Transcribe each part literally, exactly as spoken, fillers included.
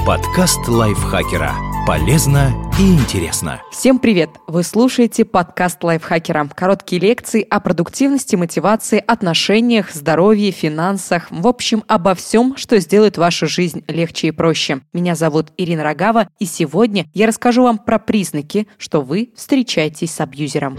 Подкаст лайфхакера. Полезно и интересно. Всем привет! Вы слушаете подкаст лайфхакера. Короткие лекции о продуктивности, мотивации, отношениях, здоровье, финансах. В общем, обо всем, что сделает вашу жизнь легче и проще. Меня зовут Ирина Рогава, и сегодня я расскажу вам про признаки, что вы встречаетесь с абьюзером.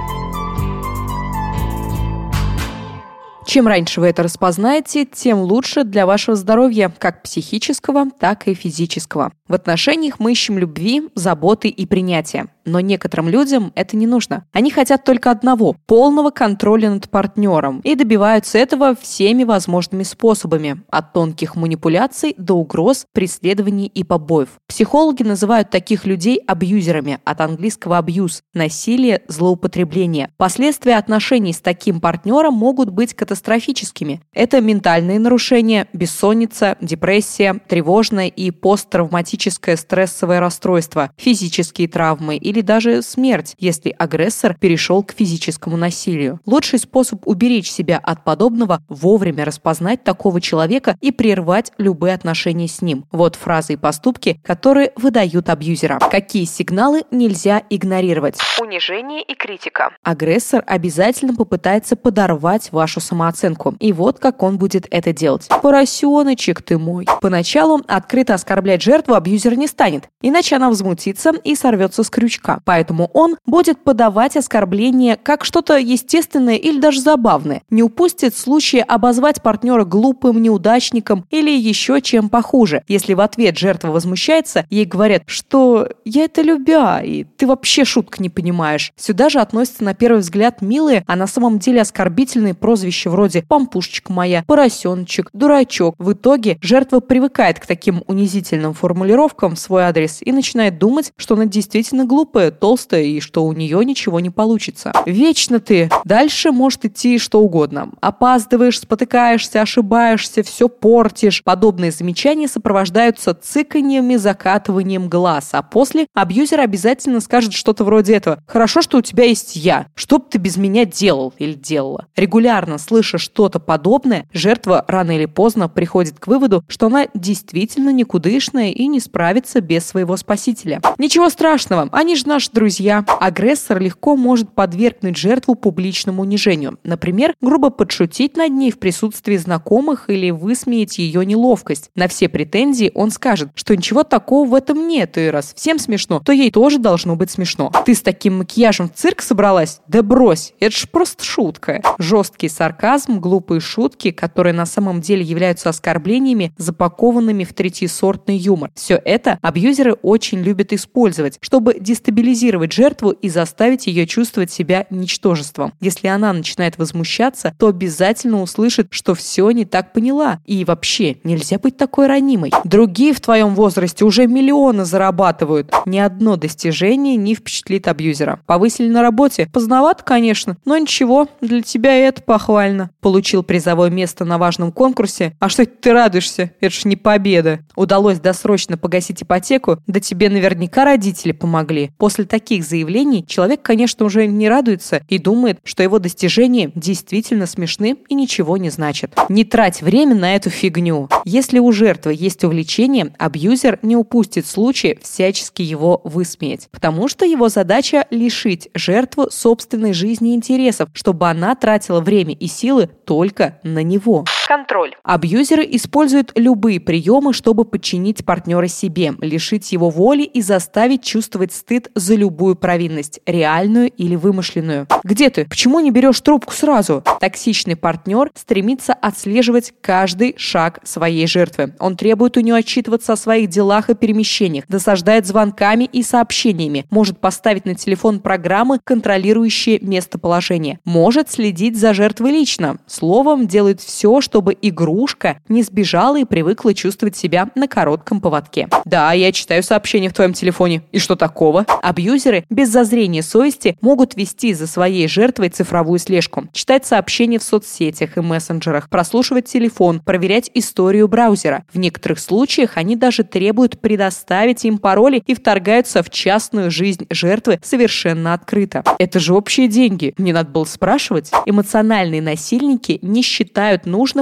Чем раньше вы это распознаете, тем лучше для вашего здоровья, как психического, так и физического. В отношениях мы ищем любви, заботы и принятия. Но некоторым людям это не нужно. Они хотят только одного – полного контроля над партнером. И добиваются этого всеми возможными способами. От тонких манипуляций до угроз, преследований и побоев. Психологи называют таких людей абьюзерами, от английского abuse – насилие, злоупотребление. Последствия отношений с таким партнером могут быть катастрофическими. Это ментальные нарушения, бессонница, депрессия, тревожное и посттравматическое стрессовое расстройство, физические травмы и или даже смерть, если агрессор перешел к физическому насилию. Лучший способ уберечь себя от подобного – вовремя распознать такого человека и прервать любые отношения с ним. Вот фразы и поступки, которые выдают абьюзера. Какие сигналы нельзя игнорировать? Унижение и критика. Агрессор обязательно попытается подорвать вашу самооценку. И вот как он будет это делать. «Поросеночек ты мой». Поначалу открыто оскорблять жертву абьюзер не станет, иначе она возмутится и сорвется с крючка. Поэтому он будет подавать оскорбление как что-то естественное или даже забавное. Не упустит случая обозвать партнера глупым, неудачником или еще чем похуже. Если в ответ жертва возмущается, ей говорят, что «я это любя», и «ты вообще шуток не понимаешь». Сюда же относятся на первый взгляд милые, а на самом деле оскорбительные прозвища вроде «пампушечка моя», «поросеночек», «дурачок». В итоге жертва привыкает к таким унизительным формулировкам в свой адрес и начинает думать, что она действительно глупая, толстая и что у нее ничего не получится. Вечно ты. Дальше может идти что угодно. Опаздываешь, спотыкаешься, ошибаешься, все портишь. Подобные замечания сопровождаются цыканьями, закатыванием глаз. А после абьюзер обязательно скажет что-то вроде этого. «Хорошо, что у тебя есть я. Что бы ты без меня делал или делала?» Регулярно слыша что-то подобное, жертва рано или поздно приходит к выводу, что она действительно никудышная и не справится без своего спасителя. Ничего страшного, они же наши друзья. Агрессор легко может подвергнуть жертву публичному унижению. Например, грубо подшутить над ней в присутствии знакомых или высмеять ее неловкость. На все претензии он скажет, что ничего такого в этом нет, и раз всем смешно, то ей тоже должно быть смешно. «Ты с таким макияжем в цирк собралась? Да брось, это ж просто шутка». Жесткий сарказм, глупые шутки, которые на самом деле являются оскорблениями, запакованными в третьесортный юмор. Все это абьюзеры очень любят использовать, чтобы дестабилизировать жертву и заставить ее чувствовать себя ничтожеством. Если она начинает возмущаться, то обязательно услышит, что все не так поняла. И вообще, нельзя быть такой ранимой. Другие в твоем возрасте уже миллионы зарабатывают. Ни одно достижение не впечатлит абьюзера. Повысили на работе? Поздновато, конечно, но ничего, для тебя и это похвально. Получил призовое место на важном конкурсе? А что это ты радуешься? Это ж не победа. Удалось досрочно погасить ипотеку? Да тебе наверняка родители помогли. После таких заявлений человек, конечно, уже не радуется и думает, что его достижения действительно смешны и ничего не значат. Не трать время на эту фигню. Если у жертвы есть увлечение, абьюзер не упустит случая всячески его высмеять, потому что его задача лишить жертву собственной жизни и интересов, чтобы она тратила время и силы только на него. Контроль. Абьюзеры используют любые приемы, чтобы подчинить партнера себе, лишить его воли и заставить чувствовать стыд за любую провинность, реальную или вымышленную. «Где ты? Почему не берешь трубку сразу?» Токсичный партнер стремится отслеживать каждый шаг своей жертвы. Он требует у нее отчитываться о своих делах и перемещениях, досаждает звонками и сообщениями, может поставить на телефон программы, контролирующие местоположение, может следить за жертвой лично. Словом, делает все, чтобы игрушка не сбежала и привыкла чувствовать себя на коротком поводке. «Да, я читаю сообщения в твоем телефоне. И что такого?» Абьюзеры без зазрения совести могут вести за своей жертвой цифровую слежку, читать сообщения в соцсетях и мессенджерах, прослушивать телефон, проверять историю браузера. В некоторых случаях они даже требуют предоставить им пароли и вторгаются в частную жизнь жертвы совершенно открыто. Это же общие деньги. Мне надо было спрашивать. Эмоциональные насильники не считают нужным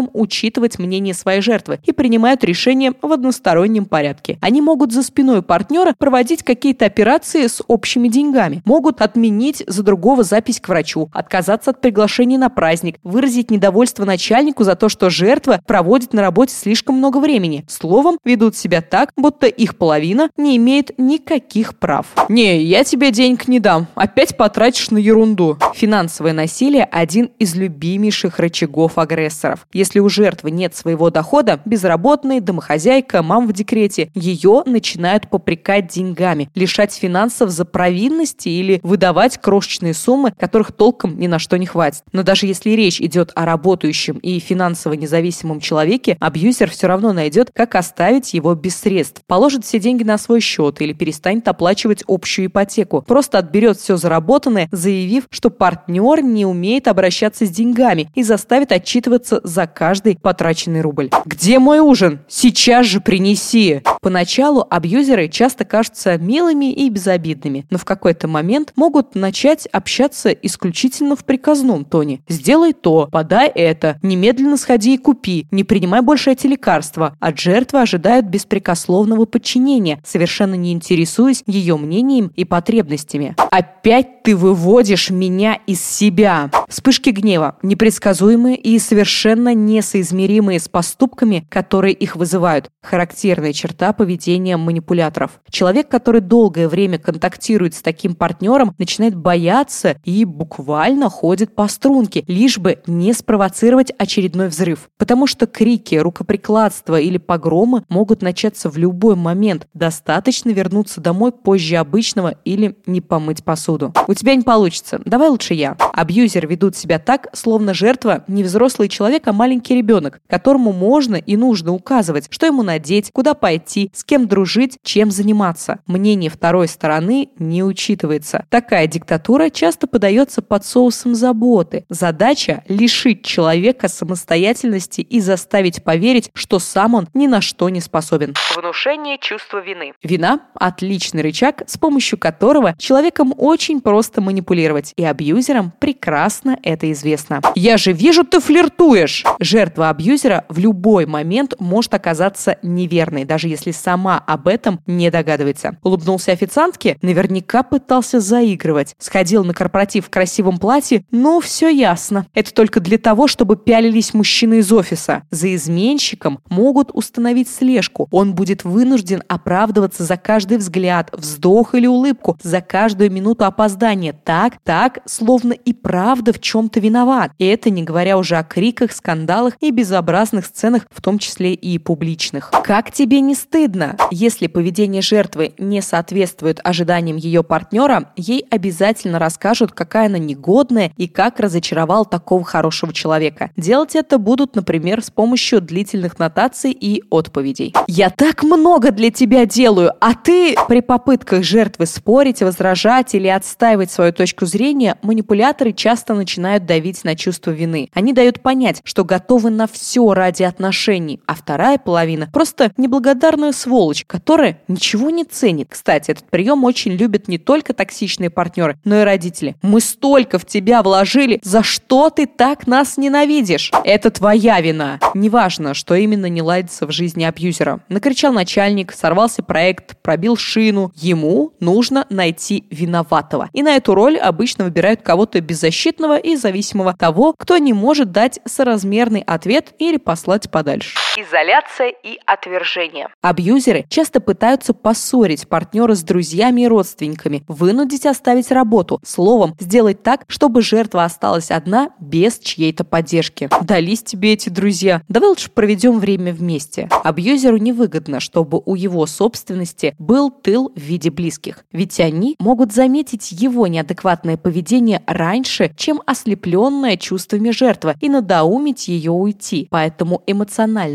склонным учитывать мнение своей жертвы и принимают решения в одностороннем порядке. Они могут за спиной партнера проводить какие-то операции с общими деньгами, могут отменить за другого запись к врачу, отказаться от приглашения на праздник, выразить недовольство начальнику за то, что жертва проводит на работе слишком много времени. Словом, ведут себя так, будто их половина не имеет никаких прав. «Не, я тебе денег не дам. Опять потратишь на ерунду». Финансовое насилие – один из любимейших рычагов агрессоров. Если у жертвы нет своего дохода, безработная, домохозяйка, мама в декрете, ее начинают попрекать деньгами, лишать финансов за провинности или выдавать крошечные суммы, которых толком ни на что не хватит. Но даже если речь идет о работающем и финансово независимом человеке, абьюзер все равно найдет, как оставить его без средств. Положит все деньги на свой счет или перестанет оплачивать общую ипотеку. Просто отберет все заработанное, заявив, что партнер не умеет обращаться с деньгами и заставит отчитываться за каждый потраченный рубль. «Где мой ужин? Сейчас же принеси!» Поначалу абьюзеры часто кажутся милыми и безобидными, но в какой-то момент могут начать общаться исключительно в приказном тоне. «Сделай то, подай это, немедленно сходи и купи, не принимай больше эти лекарства». От жертвы ожидают беспрекословного подчинения, совершенно не интересуясь ее мнением и потребностями. «Опять ты выводишь меня из себя!» Вспышки гнева, непредсказуемые и совершенно несоизмеримые с поступками, которые их вызывают. Характерная черта поведения манипуляторов. Человек, который долгое время контактирует с таким партнером, начинает бояться и буквально ходит по струнке, лишь бы не спровоцировать очередной взрыв. Потому что крики, рукоприкладство или погромы могут начаться в любой момент. Достаточно вернуться домой позже обычного или не помыть посуду. «У тебя не получится. Давай лучше я». Абьюзеры ведут себя так, словно жертва не взрослый человек, а маленький ребенок, которому можно и нужно указывать, что ему надеть, куда пойти, с кем дружить, чем заниматься. Мнение второй стороны не учитывается. Такая диктатура часто подается под соусом заботы. Задача – лишить человека самостоятельности и заставить поверить, что сам он ни на что не способен. Внушение чувства вины. Вина – отличный рычаг, с помощью которого человеком очень просто манипулировать, и абьюзерам прекрасно это известно. «Я же вижу, ты флиртуешь!» Жертва абьюзера в любой момент может оказаться неверной, даже если сама об этом не догадывается. Улыбнулся официантке? Наверняка пытался заигрывать. Сходил на корпоратив в красивом платье? Ну, все ясно. Это только для того, чтобы пялились мужчины из офиса. За изменщиком могут установить слежку. Он будет вынужден оправдываться за каждый взгляд, вздох или улыбку, за каждую минуту опоздания. Так, так, словно и правда в чем-то виноват. И это не говоря уже о криках, скандалах и безобразных сценах, в том числе и публичных. Как тебе не стыдно? Если поведение жертвы не соответствует ожиданиям ее партнера, ей обязательно расскажут, какая она негодная и как разочаровал такого хорошего человека. Делать это будут, например, с помощью длительных нотаций и отповедей. «Я так много для тебя делаю, а ты...» При попытках жертвы спорить, возражать или отстаивать свою точку зрения, манипуляторы часто начинают давить на чувство вины. Они дают понять, что готовы на все ради отношений, а вторая половина просто неблагодарная сволочь, которая ничего не ценит. Кстати, этот прием очень любят не только токсичные партнеры, но и родители. «Мы столько в тебя вложили, за что ты так нас ненавидишь? Это твоя вина». Неважно, что именно не ладится в жизни абьюзера. Накричал начальник, сорвался проект, пробил шину. Ему нужно найти виноватого. И на эту роль обычно выбирают кого-то беззащитного и зависимого, того, кто не может дать соразмерный ответ или послать подальше. Изоляция и отвержение. Абьюзеры часто пытаются поссорить партнера с друзьями и родственниками, вынудить оставить работу, словом, сделать так, чтобы жертва осталась одна без чьей-то поддержки. Дались тебе эти друзья, давай лучше проведем время вместе. Абьюзеру невыгодно, чтобы у его собственности был тыл в виде близких, ведь они могут заметить его неадекватное поведение раньше, чем ослепленная чувствами жертва, и надоумить ее уйти. Поэтому эмоционально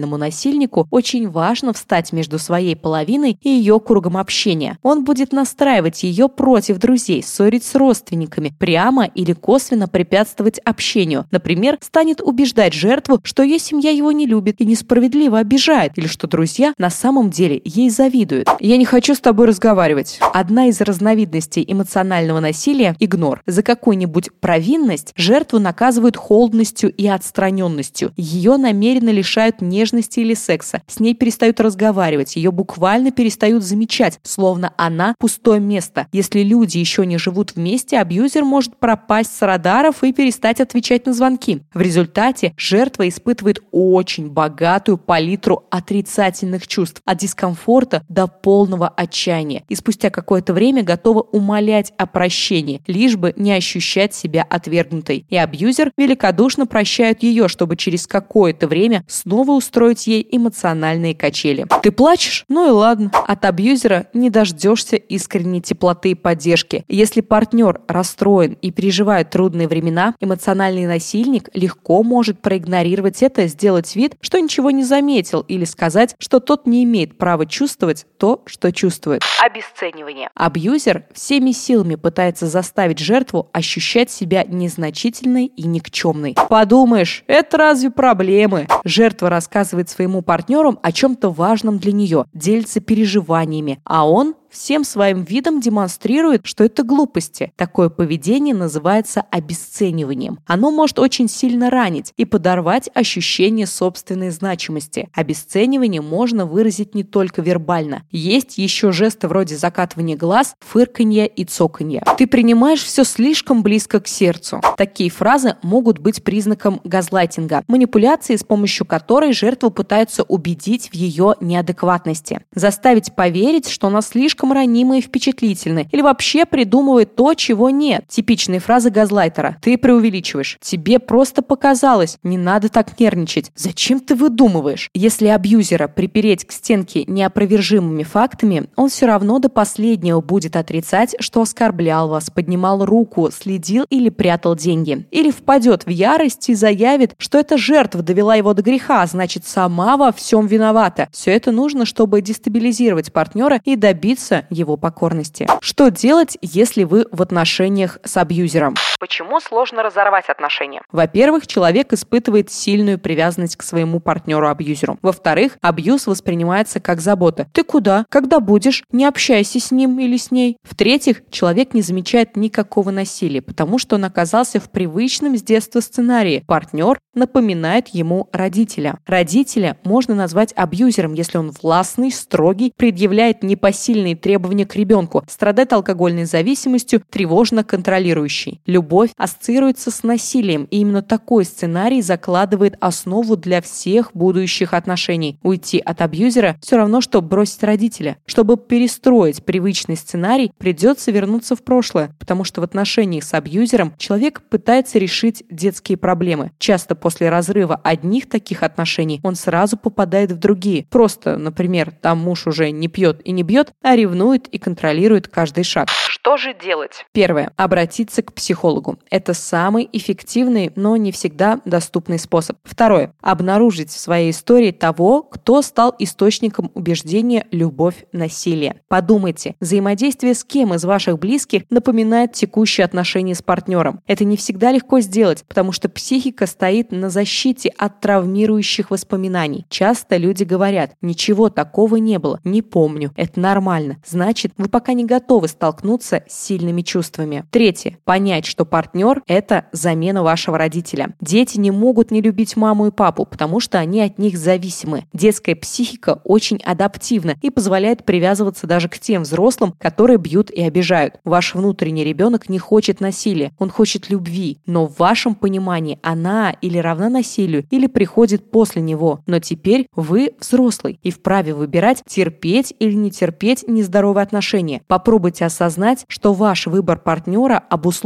эмоциональному насильнику очень важно встать между своей половиной и ее кругом общения. Он будет настраивать ее против друзей, ссорить с родственниками, прямо или косвенно препятствовать общению. Например, станет убеждать жертву, что ее семья его не любит и несправедливо обижает, или что друзья на самом деле ей завидуют. «Я не хочу с тобой разговаривать». Одна из разновидностей эмоционального насилия – игнор. За какую-нибудь провинность жертву наказывают холодностью и отстраненностью. Ее намеренно лишают нежности или секса. С ней перестают разговаривать, ее буквально перестают замечать, словно она пустое место. Если люди еще не живут вместе, абьюзер может пропасть с радаров и перестать отвечать на звонки. В результате жертва испытывает очень богатую палитру отрицательных чувств, от дискомфорта до полного отчаяния, и спустя какое-то время готова умолять о прощении, лишь бы не ощущать себя отвергнутой. И абьюзер великодушно прощает ее, чтобы через какое-то время снова устроить ей эмоциональные качели. Ты плачешь? Ну и ладно. От абьюзера не дождешься искренней теплоты и поддержки. Если партнер расстроен и переживает трудные времена, эмоциональный насильник легко может проигнорировать это, сделать вид, что ничего не заметил, или сказать, что тот не имеет права чувствовать то, что чувствует. Обесценивание. Абьюзер всеми силами пытается заставить жертву ощущать себя незначительной и никчемной. Подумаешь, это разве проблемы? Жертва рассказывает своему партнеру о чем-то важном для нее, делится переживаниями, а он всем своим видом демонстрирует, что это глупости. Такое поведение называется обесцениванием. Оно может очень сильно ранить и подорвать ощущение собственной значимости. Обесценивание можно выразить не только вербально. Есть еще жесты вроде закатывания глаз, фырканья и цоканья. Ты принимаешь все слишком близко к сердцу. Такие фразы могут быть признаком газлайтинга, манипуляции, с помощью которой жертву пытаются убедить в ее неадекватности. Заставить поверить, что она слишком слишком ранимы и впечатлительны, или вообще придумывает то, чего нет. Типичные фразы газлайтера. Ты преувеличиваешь. Тебе просто показалось. Не надо так нервничать. Зачем ты выдумываешь? Если абьюзера припереть к стенке неопровержимыми фактами, он все равно до последнего будет отрицать, что оскорблял вас, поднимал руку, следил или прятал деньги. Или впадет в ярость и заявит, что эта жертва довела его до греха, значит, сама во всем виновата. Все это нужно, чтобы дестабилизировать партнера и добиться его покорности. Что делать, если вы в отношениях с абьюзером? Почему сложно разорвать отношения? Во-первых, человек испытывает сильную привязанность к своему партнеру-абьюзеру. Во-вторых, абьюз воспринимается как забота. Ты куда? Когда будешь? Не общайся с ним или с ней. В-третьих, человек не замечает никакого насилия, потому что он оказался в привычном с детства сценарии. Партнер напоминает ему родителя. Родителя можно назвать абьюзером, если он властный, строгий, предъявляет непосильные требования к ребенку, страдает алкогольной зависимостью, тревожно контролирующий. Любовь ассоциируется с насилием, и именно такой сценарий закладывает основу для всех будущих отношений. Уйти от абьюзера все равно, что бросить родителя. Чтобы перестроить привычный сценарий, придется вернуться в прошлое, потому что в отношениях с абьюзером человек пытается решить детские проблемы. Часто после разрыва одних таких отношений он сразу попадает в другие. Просто, например, там муж уже не пьет и не бьет, а ревнует и контролирует каждый шаг. Что же делать? Первое. Обратиться к психологу. Это самый эффективный, но не всегда доступный способ. Второе. Обнаружить в своей истории того, кто стал источником убеждения любовь, насилие. Подумайте, взаимодействие с кем из ваших близких напоминает текущие отношения с партнером. Это не всегда легко сделать, потому что психика стоит на защите от травмирующих воспоминаний. Часто люди говорят: ничего такого не было, не помню, это нормально. Значит, вы пока не готовы столкнуться с сильными чувствами. Третье. Понять, что партнер – это замена вашего родителя. Дети не могут не любить маму и папу, потому что они от них зависимы. Детская психика очень адаптивна и позволяет привязываться даже к тем взрослым, которые бьют и обижают. Ваш внутренний ребенок не хочет насилия, он хочет любви, но в вашем понимании она или равна насилию, или приходит после него. Но теперь вы взрослый и вправе выбирать, терпеть или не терпеть нездоровые отношения. Попробуйте осознать, что ваш выбор партнера обусловлен не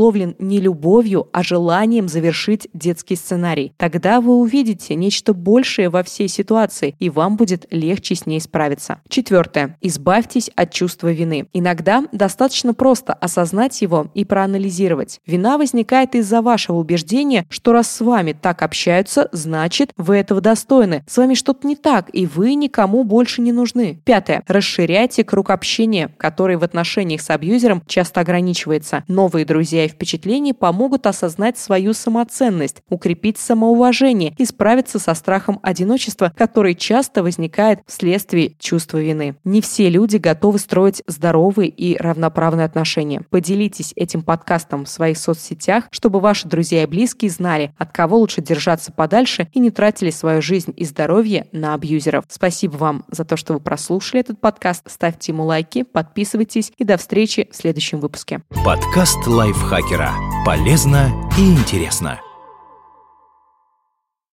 не любовью, а желанием завершить детский сценарий. Тогда вы увидите нечто большее во всей ситуации, и вам будет легче с ней справиться. Четвертое. Избавьтесь от чувства вины. Иногда достаточно просто осознать его и проанализировать. Вина возникает из-за вашего убеждения, что раз с вами так общаются, значит, вы этого достойны. С вами что-то не так, и вы никому больше не нужны. Пятое. Расширяйте круг общения, который в отношениях с абьюзером часто ограничивается. Новые друзья и впечатления помогут осознать свою самоценность, укрепить самоуважение и справиться со страхом одиночества, который часто возникает вследствие чувства вины. Не все люди готовы строить здоровые и равноправные отношения. Поделитесь этим подкастом в своих соцсетях, чтобы ваши друзья и близкие знали, от кого лучше держаться подальше и не тратили свою жизнь и здоровье на абьюзеров. Спасибо вам за то, что вы прослушали этот подкаст. Ставьте ему лайки, подписывайтесь и до встречи в следующем выпуске. Подкаст лайфхакера. Полезно и интересно.